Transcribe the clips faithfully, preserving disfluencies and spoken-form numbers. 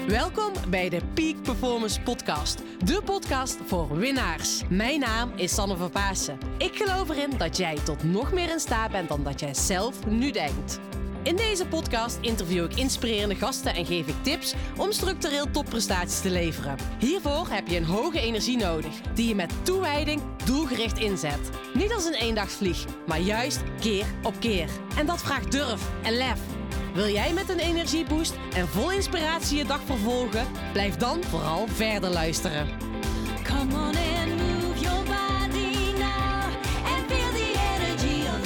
Welkom bij de Peak Performance Podcast. De podcast voor winnaars. Mijn naam is Sanne van Paassen. Ik geloof erin dat jij tot nog meer in staat bent dan dat jij zelf nu denkt. In deze podcast interview ik inspirerende gasten en geef ik tips om structureel topprestaties te leveren. Hiervoor heb je een hoge energie nodig, die je met toewijding doelgericht inzet. Niet als een eendagsvlieg, maar juist keer op keer. En dat vraagt durf en lef. Wil jij met een energieboost en vol inspiratie je dag vervolgen? Blijf dan vooral verder luisteren. Come on and move your body now and feel the energy of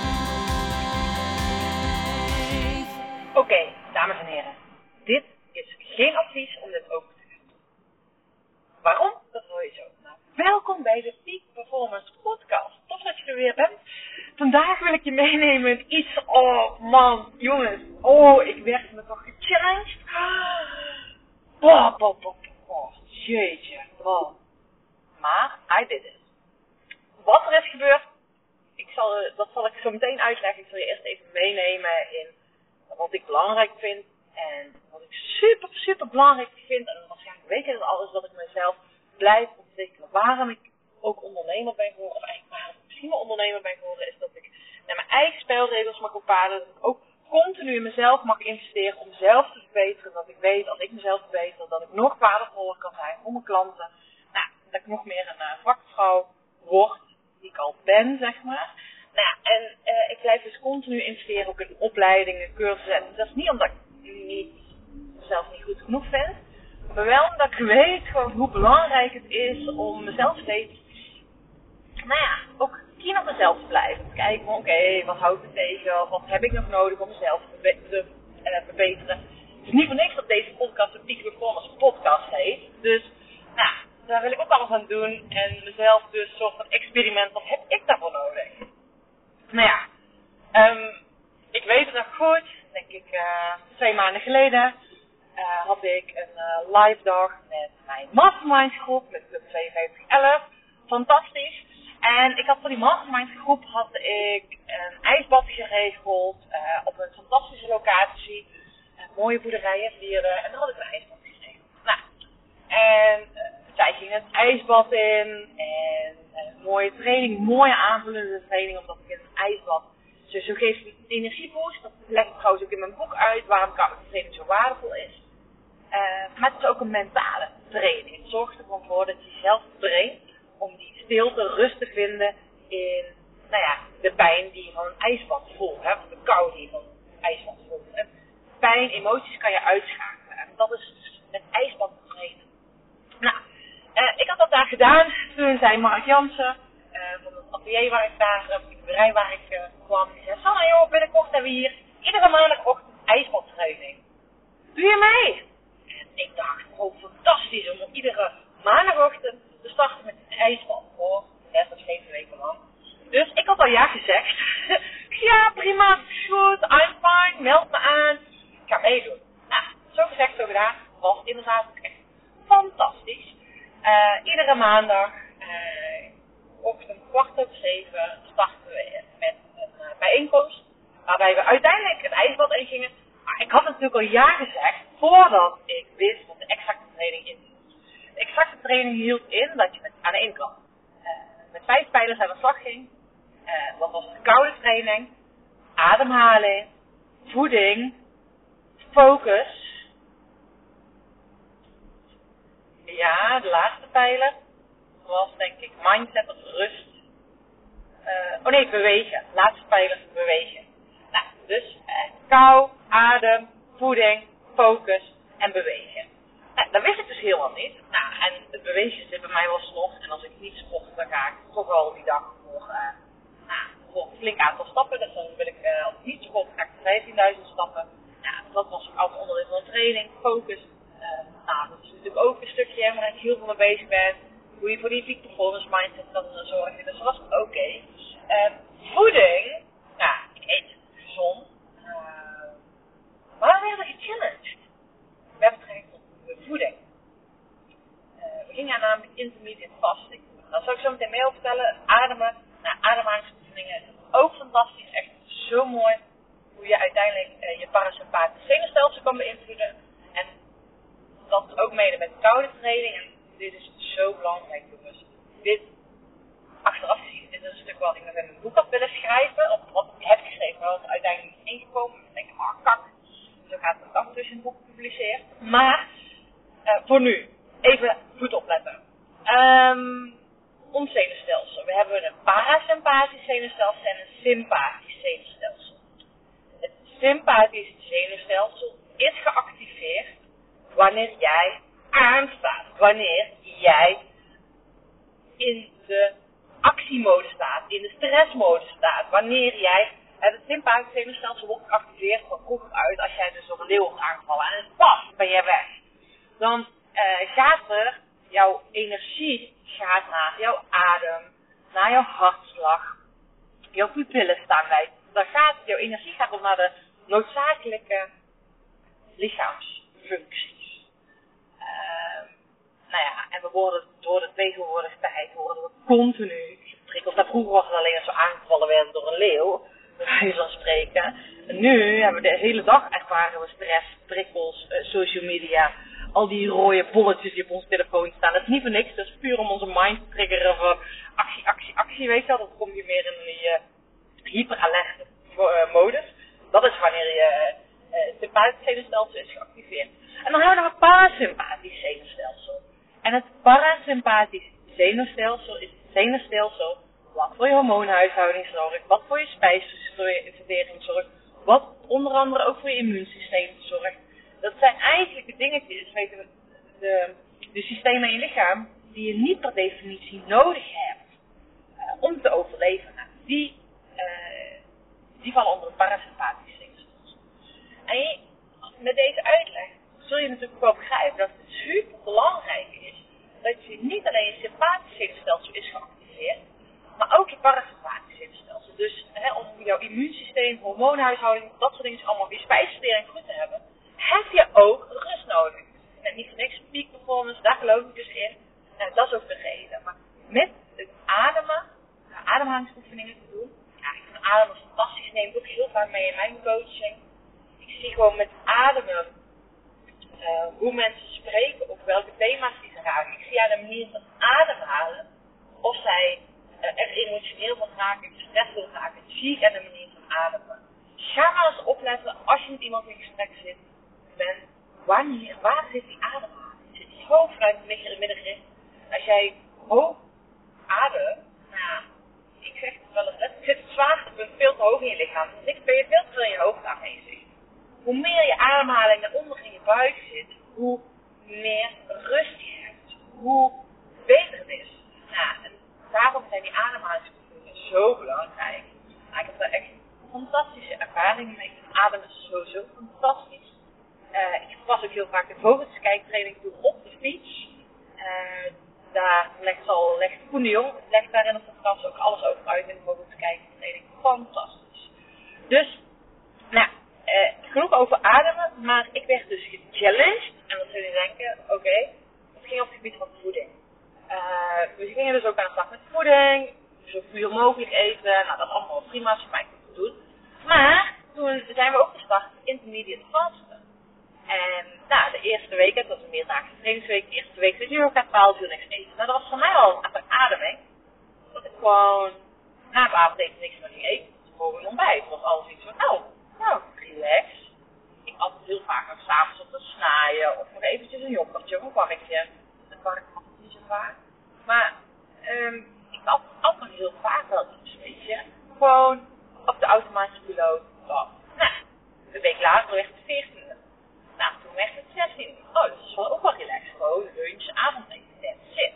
life. Oké, okay, dames en heren. Dit is geen advies om dit over te doen. Waarom? Dat hoor je zo. Nou, welkom bij de Peak Performance Podcast. Tof dat je er weer bent. Vandaag wil ik je meenemen in iets. Oh man, jongens. Oh, ik werd me toch gechallenged. Oh, oh, oh, oh, jeetje. Oh. Maar, I did it. Wat er is gebeurd, ik zal, dat zal ik zo meteen uitleggen. Ik zal je eerst even meenemen in wat ik belangrijk vind. En wat ik super, super belangrijk vind. En waarschijnlijk weet je het al, is dat ik mezelf blijf ontwikkelen. Waarom ik ook ondernemer ben geworden, of eigenlijk waarom ik misschien wel ondernemer ben geworden, is dat ik naar mijn eigen spelregels mag bepalen. Dat ik ook continu in mezelf mag investeren om mezelf te verbeteren. Dat ik weet, als ik mezelf verbeter, dat ik nog waardevoller kan zijn voor mijn klanten. Nou, dat ik nog meer een uh, vakvrouw word, die ik al ben, zeg maar. Nou, en uh, ik blijf dus continu investeren, ook in opleidingen, cursussen. En dat is niet omdat ik niet, mezelf niet goed genoeg vind, maar wel omdat ik weet gewoon hoe belangrijk het is om mezelf steeds, nou ja, ook keen op mezelf te blijven. Kijken van, oké, okay, wat houdt me tegen? Of wat heb ik nog nodig om mezelf te, be- te uh, verbeteren? Het is niet voor niks dat deze podcast de Peak Performance Podcast heet. Dus, nou, daar wil ik ook alles aan doen. En mezelf dus een soort van experiment, wat heb ik daarvoor nodig? Nou ja, um, ik weet het nog goed, denk ik uh, twee maanden geleden, uh, had ik een uh, live dag met mijn mastermind groep, met Club tweeënvijftig elf. Fantastisch. En ik had voor die mastermind groep had ik een ijsbad geregeld uh, op een fantastische locatie. Uh, mooie boerderijen, dieren. En daar had ik een ijsbad geregeld. Nou, en uh, zij ging het ijsbad in. En uh, mooie training, mooie aanvullende training. Omdat ik in een ijsbad, dus zo geeft een energieboost. Dat leg ik trouwens ook in mijn boek uit, waarom koude training zo waardevol is. Uh, maar het is ook een mentale training. Het zorgt er gewoon voor dat je zelf traint om die stilte, rust te vinden in, nou ja, de pijn die je van een ijsbad voelt, hè, of de kou die je van een ijsbad voelt. En pijn, emoties kan je uitschakelen. En dat is dus met ijsbad trainen. Nou, uh, ik had dat daar gedaan. Toen zei Mark Jansen, uh, van het atelier waar ik daar, uh, de boerderij waar ik uh, kwam, die zei, Sanne joh, binnenkort hebben we hier iedere maandagochtend ijsbadtraining. Doe je mee? En ik dacht, oh fantastisch om iedere maandagochtend te starten met een ijsbad voor zes of zeven weken lang. Dus ik had al ja gezegd. Ja, prima, goed, I'm fine, meld me aan. Ik ga meedoen. Nou, zo gezegd, zo gedaan. Was inderdaad ook echt fantastisch. Uh, iedere maandag, uh, ochtend kwart over zeven, starten we met een uh, bijeenkomst. Waarbij we uiteindelijk het ijsbad in gingen. Maar ik had natuurlijk al ja gezegd voordat ik wist wat de exacte training inhield. De exacte training hield in dat je met, aan de ene kant uh, met vijf pijlers aan de slag ging. Uh, dat was een koude training, ademhaling, voeding, focus. Ja, de laatste pijler was denk ik mindset of rust. Uh, oh nee, bewegen. Laatste pijler bewegen. Nou, dus uh, kou, adem, voeding, focus en bewegen. Nou, dat wist ik dus helemaal niet. Nou, en het bewegen zit bij mij wel nog. En als ik niet sport, dan ga ik toch wel die dag voor, uh, nou, voor een flink aantal stappen. Dus dan wil ik, uh, als ik niet sport, ga ik vijftienduizend stappen. Nou, dat was ook altijd onderdeel van de training. Focus. Uh, nou, dat is natuurlijk ook een stukje hè, waar ik heel veel mee bezig ben. Hoe je voor die peak performance mindset kan zorgen. Dus dat was oké. Okay. Uh, voeding. Nou, ik eet gezond. Uh, maar we werden gechallenged. Met betrekking tot de voeding. Uh, we gingen namelijk intermittent fasting. Dat zal ik zo meteen mee over vertellen. Ademen. Nou, ademhalingsoefeningen is ook fantastisch. Echt zo mooi. Hoe je uiteindelijk uh, je parasympathische zenuwstelsel kan beïnvloeden. En mede met koude training. En dit is zo belangrijk, jongens. Dit, achteraf gezien, dit is een stuk wat ik nog in mijn boek had willen schrijven. Of wat ik heb geschreven, maar wat er uiteindelijk niet ingekomen. Ik denk, ah, kak. Zo gaat het af dus in het boek gepubliceerd. Maar, uh, voor nu, even goed opletten. Um, ons zenuwstelsel. We hebben een parasympathisch zenuwstelsel en een sympathisch zenuwstelsel. Het sympathische zenuwstelsel is geactiveerd wanneer jij aanstaat. Wanneer jij in de actiemodus staat, in de stressmodus staat. Wanneer jij, het sympathische zenuwstelsel wordt geactiveerd van vroeger uit als jij dus door een leeuw wordt aangevallen. En pas ben je weg. Dan uh, gaat er, jouw energie gaat naar jouw adem, naar jouw hartslag. Jouw pupillen staan bij. Dan gaat, jouw energie gaat op naar de noodzakelijke lichaamsfuncties. Uh, nou ja, en we worden door de tegenwoordige tijd worden we continu geprikkeld. Nou, vroeger was het alleen als we aangevallen werden door een leeuw, bij wijze van spreken. En nu hebben we de hele dag ervaren we stress, prikkels, uh, social media, al die rode bolletjes die op onze telefoon staan. Dat is niet voor niks, dat is puur om onze mind te triggeren voor actie, actie, actie, weet je wel. Dan kom je meer in die uh, hyperalerte uh, modus. Dat is wanneer je uh, uh, sympathisch zenuwstelsel is geactiveerd. En dan hebben we nog een parasympathisch zenuwstelsel. En het parasympathisch zenuwstelsel is het zenuwstelsel wat voor je hormoonhuishouding zorgt, wat voor je spijsvertering zorgt, wat onder andere ook voor je immuunsysteem zorgt. Dat zijn eigenlijk de dingetjes, weten we, de, de systemen in je lichaam die je niet per definitie nodig hebt uh, om te overleven. Nou, die, uh, die vallen onder het parasympathisch zenuwstelsel. En je, met deze uitleg zul je natuurlijk wel begrijpen dat het super belangrijk is dat je niet alleen je sympathisch zenuwstelsel is geactiveerd, maar ook je parasympathisch zenuwstelsel. Dus hè, om jouw immuunsysteem, hormoonhuishouding, dat soort dingen allemaal, je spijsvertering goed te hebben, heb je ook rust nodig. En niet voor niks peak performance, daar geloof ik dus in. En dat is ook de reden. Maar met het ademen, ademhalingsoefeningen te doen, ja, ik vind ademen fantastisch. Ik neem het ook heel vaak mee in mijn coaching. Ik zie gewoon met ademen uh, hoe mensen spreken, op welke thema's die ze raken. Ik zie aan de manier van ademhalen of zij uh, er emotioneel van raken, gestrest wil raken. Dat zie ik aan de manier van ademen. Ga maar eens opletten als je met iemand in gesprek zit. bent, wanneer, waar zit die ademhaling? Zit die hoog vanuit het middengericht? Als jij hoog ademt, nou, ik zeg het wel eens, het zit het zwaartepunt veel te hoog in je lichaam. Dus ben je veel te veel in je hoofd aanwezig. Hoe meer je ademhaling naar onder in je buik zit, hoe meer rust je hebt. Hoe beter het is. Nou, en daarom zijn die ademhalingsoefeningen zo belangrijk. Nou, ik heb daar echt fantastische ervaringen mee. Ademen is sowieso fantastisch. Uh, ik was ook heel vaak de vogeltjeskijktraining toe op de fiets. Uh, daar legt al, legt Koen de Jong, legt daar in de podcast ook alles over uit in de vogeltjeskijktraining. Fantastisch. Dus, nou, uh, genoeg over ademen, maar ik werd dus gechallenged. En dan zul je denken, oké, okay, het ging op het gebied van voeding. Uh, we gingen dus ook aan de slag met voeding, zo veel mogelijk eten. Nou, dat is allemaal prima, als je mij goed doet. Maar toen zijn we ook gestart met intermediate fasten. En nou, de eerste week, het was een meerdaagse trainingsweek, de eerste week zit je ook aan twaalf uur niks eten. Nou, dat was voor mij al een ademing. Dat ik gewoon na het avondeten niks meer ging eten. Het volgende ontbijt. Het was alles iets van, nou, nou, relax. Ik at heel vaak nog s'avonds op te snaaien, of nog eventjes een yoghurtje of een kwarkje. Een kwark had ik niet zo vaak. Maar um, ik at, at nog heel vaak wel iets, weet je. Gewoon op de automatische piloot. Oh. Nou, een week later werd het veertien. Nou, toen werd het zestien. Oh, dat is wel ook wel relaxed. Gewoon lunch, avondeten, that's it.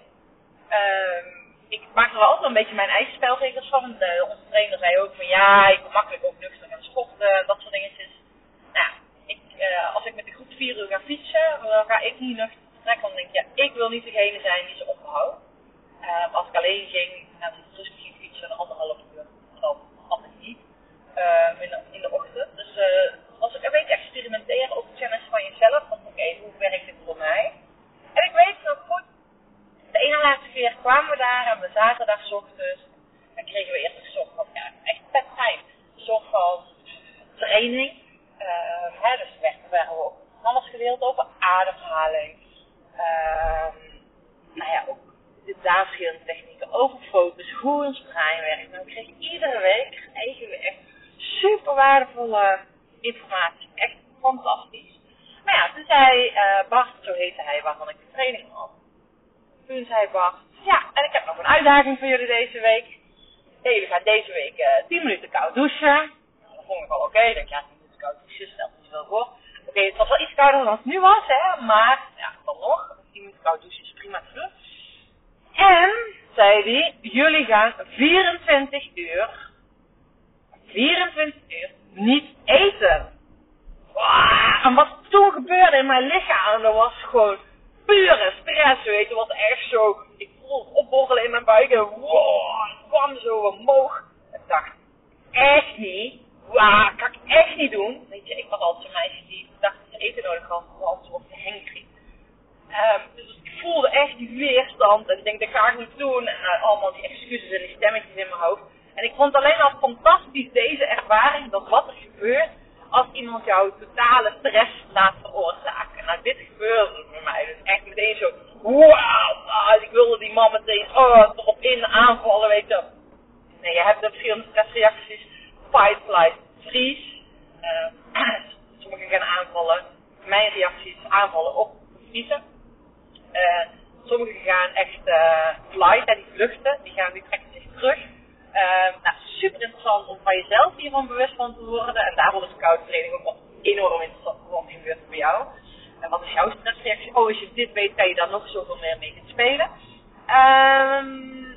Um, ik maak er wel altijd een beetje mijn eigen spelregels van. De, onze trainer zei ook van ja, ik ben makkelijk ook nuchter gaan sporten, dat soort dingetjes. Nou, ik, uh, als ik met de groep vier uur ga fietsen, dan ga ik niet nuchter vertrekken. Dan denk ik, ja, ik wil niet degene zijn die ze ophoudt. Uh, als ik alleen ging, nou, als ik rustig ging fietsen, een anderhalf uur, dan had ik niet. Uh, in, de, in de ochtend. Dus uh, was ik een beetje experimenteren, ook challenge van jezelf. Van oké, okay, hoe werkt dit voor mij? En ik weet nog goed, de ene laatste keer kwamen we daar en we zaten daar 's ochtends. En kregen we eerst een soort van, ja, echt vet fijn. Een soort van training. Uh, hè, dus werd, werden we ook alles gedeeld over ademhaling. Uh, nou ja, ook de daar verschillende technieken over focus, hoe ons brein werkt. Nou, ik kreeg iedere week echt super waardevolle informatie. Echt fantastisch. Maar ja, toen zei uh, Bart, zo heette hij, waarvan ik de training had. Toen zei Bart, ja, en ik heb nog een uitdaging voor jullie deze week. Ja, jullie gaan deze week uh, tien minuten koud douchen. Dat vond ik wel oké. Okay. Ik dacht, ja, tien minuten koud douchen stelt niet veel voor. Oké, okay, het was wel iets kouder dan het nu was, hè. Maar, ja, dan nog. tien minuten koud douchen is prima te doen. En, zei hij, jullie gaan vierentwintig uur, vierentwintig uur niet eten. Wow, en wat toen gebeurde in mijn lichaam, dat was gewoon pure stress, weet je. Het was echt zo, ik voelde het opborrelen in mijn buik en wow, het kwam zo omhoog. Ik dacht, echt niet, wow, dat kan ik echt niet doen. Weet je, ik was altijd zo'n meisje die dacht dat ze eten nodig had, want anders was ze hangry. Um, dus ik voelde echt die weerstand en ik denk, dat ga ik niet doen. En uh, allemaal die excuses en die stemmetjes in mijn hoofd. En ik vond alleen al fantastisch deze ervaring, dat wat er gebeurt als iemand jou totale stress laat veroorzaken. Nou, dit gebeurde bij mij. Dus echt meteen zo, wauw, ah, ik wilde die man meteen oh, erop in aanvallen, weet je. Nee, je hebt de verschillende stressreacties. Fight, flight, freeze. Uh, sommigen gaan aanvallen. Mijn reactie is aanvallen op vriezen. Uh, sommigen gaan echt uh, flight, hè, die vluchten. Die gaan die trekken zich terug. Uh, nou, super interessant om van jezelf hiervan bewust van te worden. En daarom is de koude training ook wel enorm interessant voor gebeurt bij jou. En wat is jouw stressreactie? Oh, als je dit weet, kan je daar nog zoveel meer mee gaan spelen. Um,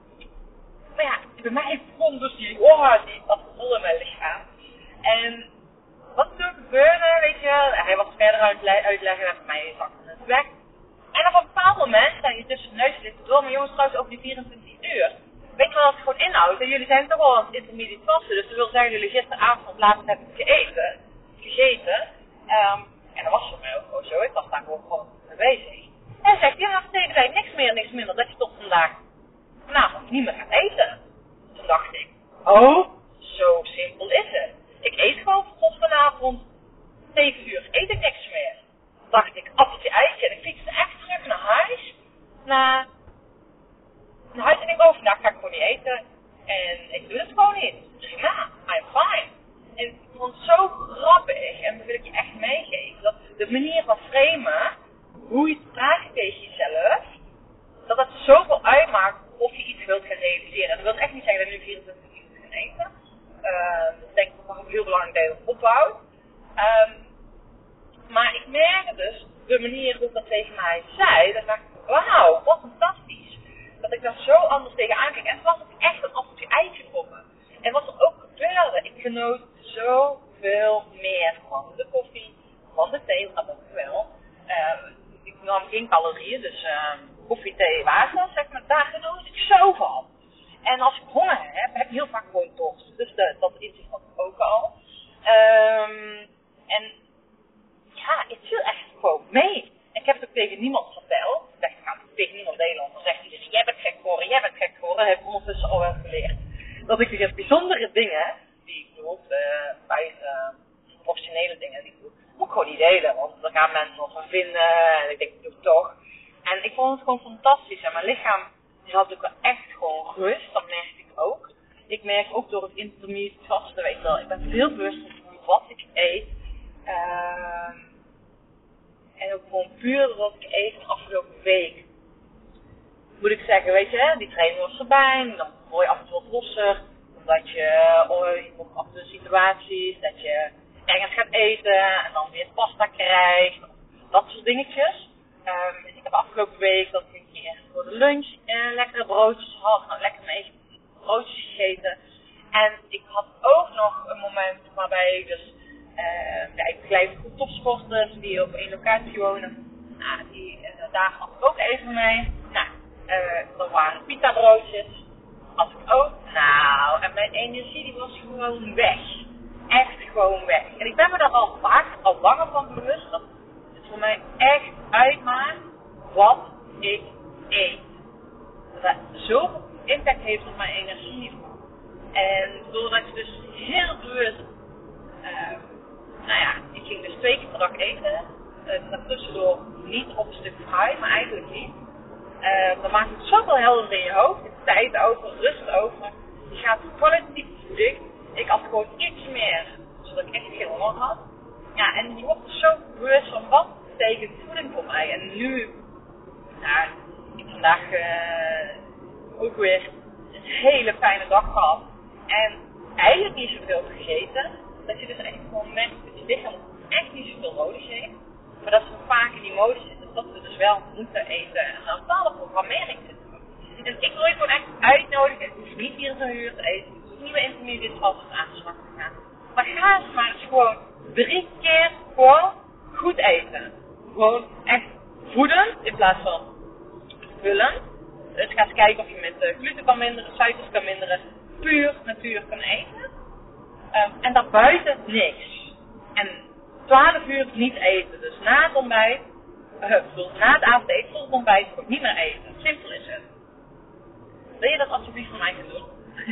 maar ja, bij mij begon dus die, oh, die dat vol in mijn lichaam. En wat er toen gebeurde, weet je, hij was verder uitleggen en voor mij zakte het weg. En op een bepaald moment sta je tussen de neus zitten door, maar jongens, trouwens over die vierentwintig uur. Weet je wel wat het gewoon inhoudt? En jullie zijn toch wel aan het intermediate vasten, dus dat wil zeggen jullie gisteravond later hebben gegeten. gegeten. Um, en dat was voor mij ook gewoon zo, ik was daar gewoon, gewoon mee bezig. En hij zegt, ja, tegen wij niks meer, niks minder, dat je tot vandaag vanavond niet meer gaat eten. Toen dacht ik, oh, zo simpel is het. Ik eet gewoon tot vanavond, zeven uur, eet ik niks meer. Toen dacht ik, appeltje eitje, en ik fietste echt terug naar huis. Naar, naar huis en ik over, nou ga ik gewoon niet eten. En ik doe het gewoon niet. Prima, I'm fine. En ik vond het zo grappig, en dat wil ik je echt meegeven, dat de manier van framen, hoe je het vraagt tegen jezelf, dat het zoveel uitmaakt of je iets wilt gaan realiseren. En dat wil echt niet zeggen dat je nu vierentwintig uur moet gaan eten. Uh, dat denk ik nog een heel belangrijk deel opbouwt. Um, maar ik merkte dus, de manier hoe dat tegen mij zei, dat dacht ik, wauw, wat fantastisch. Dat ik daar zo anders tegenaan keek. En het was ook echt een appeltje eitje voor me. En wat er ook gebeurde, ik genoot zoveel meer van de koffie, van de thee, want dat ook wel. Uh, ik nam geen calorieën, dus uh, koffie, thee, water, zeg maar, daar genoot ik zo van. En als ik honger heb, heb ik heel vaak gewoon dorst. Dus de, dat inzicht had ik ook al. Um, en ja, het viel echt gewoon mee. Ik heb het ook tegen niemand verteld. Ik dacht, ik ga het tegen niemand delen, want dan zegt iedereen, jij bent gek geworden, jij bent gek geworden. Dat heb ik ondertussen al wel geleerd. Dat ik dus bijzondere dingen, die ik doe, de buiten professionele dingen die ik doe, moet ik gewoon niet delen. Want dan gaan mensen nog van vinden en ik denk, ik doe het toch. En ik vond het gewoon fantastisch. En mijn lichaam die had ook wel echt gewoon rust, dat merkte ik ook. Ik merk ook door het intermediate vasten, weet je wel, ik ben veel bewuster van wat ik eet. Uh, en ook gewoon puur wat ik eet de afgelopen week. Moet ik zeggen, weet je, die training was erbij, dan word je af en toe wat losser. Omdat je, oh, je komt af en toe situaties, dat je ergens gaat eten en dan weer pasta krijgt. Dat soort dingetjes. Um, dus ik heb afgelopen week dat ik een keer voor de lunch uh, lekkere broodjes had, nou, lekker mee broodjes gegeten. En ik had ook nog een moment waarbij ik dus, uh, ja, ik begeleid goed topsporters die op één locatie wonen. Nou, die, uh, daar had ik ook even mee. Nou, uh, er waren pita broodjes, had ik ook. Nou, en mijn energie die was gewoon weg. Echt gewoon weg. En ik ben me daar al vaak, al langer van bewust, dat het voor mij echt uitmaakt wat ik eet. Dat dat zoveel impact heeft op mijn energieniveau. En doordat je dus heel bewust, uh, nou ja, ik ging dus twee keer per dag eten. uh, daartussendoor niet op een stuk fruit, maar eigenlijk niet. Uh, dan maakt het zoveel helder in je hoofd. De tijd over, rust over. Je gaat kwalitatief voeding. Ik had gewoon iets meer, zodat ik echt geen honger had. Ja, en je wordt zo bewust van wat betekent voeding voor mij. En nu, nou, ik heb vandaag uh, ook weer een hele fijne dag gehad. En eigenlijk niet zoveel gegeten. Dat je dus echt gewoon merkt dat je lichaam echt niet zoveel nodig heeft. Maar dat ze vaak in die modus zitten dat we dus wel moeten eten. En een bepaalde programmering zitten. En ik wil je gewoon echt uitnodigen. Het hoeft niet vierentwintig uur te eten. Het hoeft niet meer intermediate fasting aan de slag te gaan. Maar ga eens maar eens gewoon drie keer gewoon goed eten. Gewoon echt voedend in plaats van vullend. Dus ga eens kijken of je met uh, gluten kan minderen, suikers kan minderen. Puur natuur kan eten. Um, en daarbuiten niks. En twaalf uur niet eten. Dus na het ontbijt, uh, bedoel, na het avondeten tot het ontbijt ook niet meer eten. Simpel is het. Wil je dat alsjeblieft voor mij gaan doen?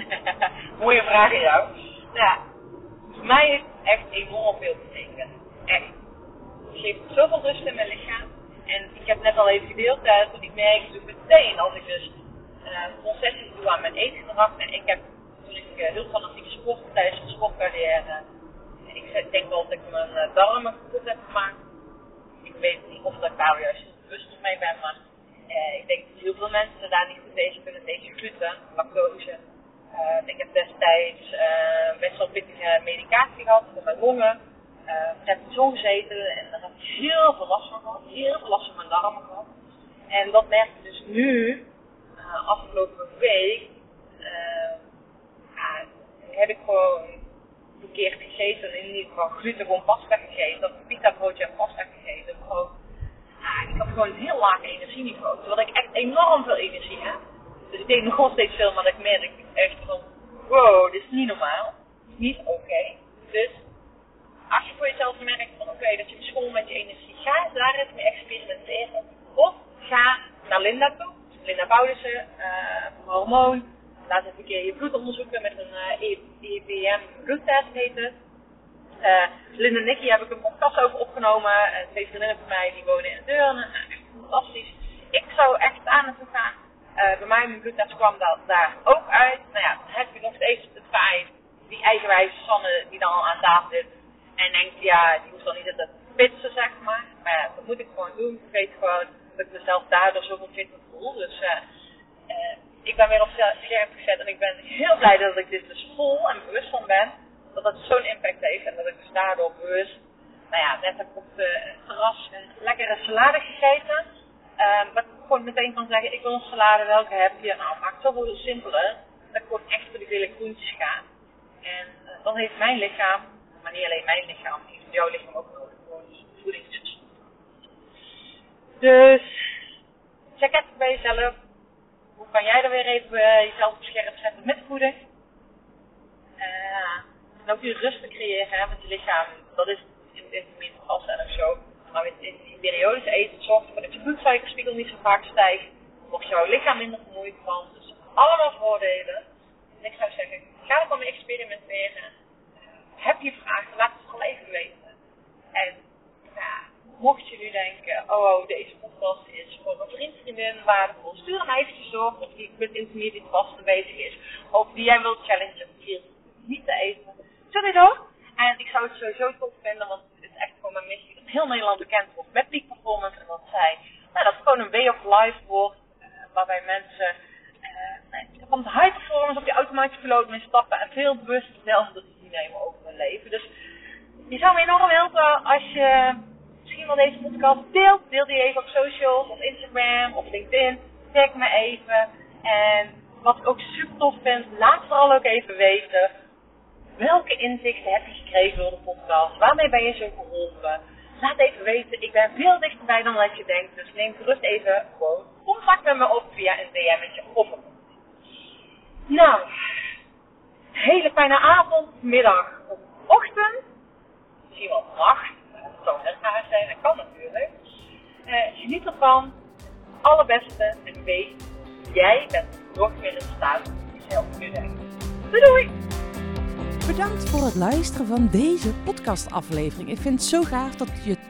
Mooie vraag aan jou. Ja, voor mij heeft het echt enorm veel betekend. Echt. Het geeft zoveel rust in mijn lichaam. En ik heb net al even gedeeld dat ik merk dus meteen als ik dus uh, concessies doe aan mijn eetgedrag. En ik heb toen ik uh, heel fanatiek sport tijdens mijn sportcarrière. Ik denk wel dat ik mijn uh, darmen goed heb gemaakt. Ik weet niet of dat ik daar juist bewust mee ben, maar uh, ik denk dat heel veel mensen daar niet goed tegen kunnen tegen gluten, lactose. Uh, ik heb destijds uh, best wel pittige medicatie gehad voor mijn longen. Uh, ik heb in de zon gezeten en daar heb ik heel veel last van gehad. Heel veel last van mijn darmen gehad. En dat merk ik dus nu, uh, afgelopen week, uh, uh, heb ik gewoon verkeerd gegeten. In ieder geval gluten gewoon pasta gegeten. Dat pita broodje en pasta gegeten. Gewoon, uh, ik had gewoon een heel laag energieniveau. Terwijl ik echt enorm veel energie heb. Dus ik deed nog steeds veel, maar ik merk echt van, wow, dit is niet normaal. Dit is niet oké. Okay. Dus als je voor jezelf merkt van oké, okay, dat je school met je energie, ga eens daar eens mee experimenteren. Of ga naar Linda toe, Linda Boudersen, uh, hormoon. Laat even een keer je bloed onderzoeken met een uh, E B M bloedtest heet het. Uh, Linda en Nicky heb ik een podcast over opgenomen. Uh, twee vriendinnen van mij die wonen in Deurne. Uh, echt fantastisch. Ik zou echt aan naartoe gaan. Uh, bij mij mijn bloedtest kwam dat daar ook uit. Nou ja, dan heb je nog steeds het feit, die eigenwijze Sanne die dan al aan tafel zit. En denkt, ja, die hoeft dan niet te pitsen, zeg maar. Maar ja, dat moet ik gewoon doen. Ik weet gewoon dat ik mezelf daardoor zoveel fitter voel. Dus uh, uh, ik ben weer op scherp gezet en ik ben heel blij dat ik dit dus voel en bewust van ben. Dat dat zo'n impact heeft en dat ik dus daardoor bewust, nou ja, net heb ik op het terras een lekkere salade gegeten. Uh, wat ik gewoon meteen kan zeggen, ik wil een salade, welke heb je? Nou, maak het zoveel simpeler. Dat ik gewoon echt voor die vele groentjes ga. En uh, dan heeft mijn lichaam, maar niet alleen mijn lichaam, heeft jouw lichaam ook nodig. Gewoon voedingsgezond. Dus check even bij jezelf. Hoe kan jij er weer even uh, jezelf op scherp zetten met voeding? Uh, en ook die rust te creëren, hè, want je lichaam, dat is in het intermittent vasten en ook zo. Maar met in die periodisch eten zorgt ervoor dat je bloedsuikerspiegel niet zo vaak stijgt. Wordt jouw lichaam minder vermoeid van. Dus allemaal voordelen. En ik zou zeggen, ga er gewoon mee experimenteren. Uh, heb je vragen, laat het gewoon even weten. En ja, mocht je nu denken, oh, oh deze podcast is voor een vriend, vriendin waardevol. Stuur hem eventjes door of die met intermediate vasten bezig is. Of die jij wilt challengen om hier niet te eten. Stuur dit door. En ik zou het sowieso tof vinden, want het is echt gewoon mijn missie dat heel Nederland bekend wordt met peak performance. En dat zij, nou, dat het gewoon een way of life wordt, uh, waarbij mensen uh, van de high performance op die automatische piloot mee stappen en veel bewuster zelf de regie nemen over hun leven. Dus je zou me enorm helpen als je misschien wel deze podcast deelt. Deel die even op socials, op Instagram, op LinkedIn. Tag me even. En wat ik ook super tof vind, laat vooral ook even weten. Welke inzichten heb je gekregen door de podcast? Waarmee ben je zo geholpen? Laat even weten, ik ben veel dichterbij dan wat je denkt. Dus neem gerust even gewoon contact met me op via een D M'tje of een. Nou, hele fijne avond, middag of ochtend. Misschien wel nacht. Dat zou net raar zijn, dat kan natuurlijk. Uh, geniet ervan. Allerbeste en weet, jij bent nog meer in staat om jezelf te kunnen. Doei doei! Bedankt voor het luisteren van deze podcastaflevering. Ik vind het zo gaaf dat je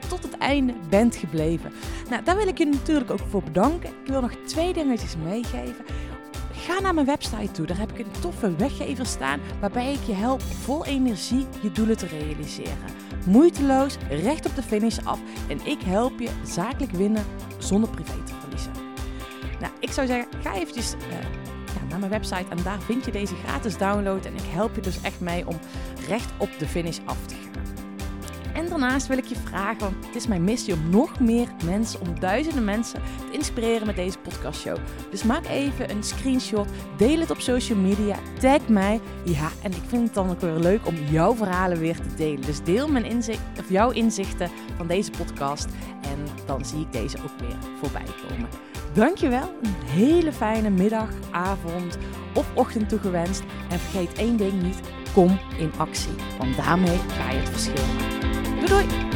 tot het einde bent gebleven. Nou, daar wil ik je natuurlijk ook voor bedanken. Ik wil nog twee dingetjes meegeven. Ga naar mijn website toe. Daar heb ik een toffe weggever staan waarbij ik je help vol energie je doelen te realiseren. Moeiteloos, recht op de finish af en ik help je zakelijk winnen zonder privé te verliezen. Nou, ik zou zeggen, ga eventjes uh, ja, naar mijn website en daar vind je deze gratis download en ik help je dus echt mee om recht op de finish af te gaan. En daarnaast wil ik je vragen, want het is mijn missie om nog meer mensen, om duizenden mensen te inspireren met deze podcastshow. Dus maak even een screenshot, deel het op social media, tag mij. Ja, en ik vind het dan ook weer leuk om jouw verhalen weer te delen. Dus deel mijn inzicht, of jouw inzichten van deze podcast en dan zie ik deze ook weer voorbij komen. Dankjewel, een hele fijne middag, avond of ochtend toegewenst. En vergeet één ding niet, kom in actie, want daarmee ga je het verschil maken. Doei doei!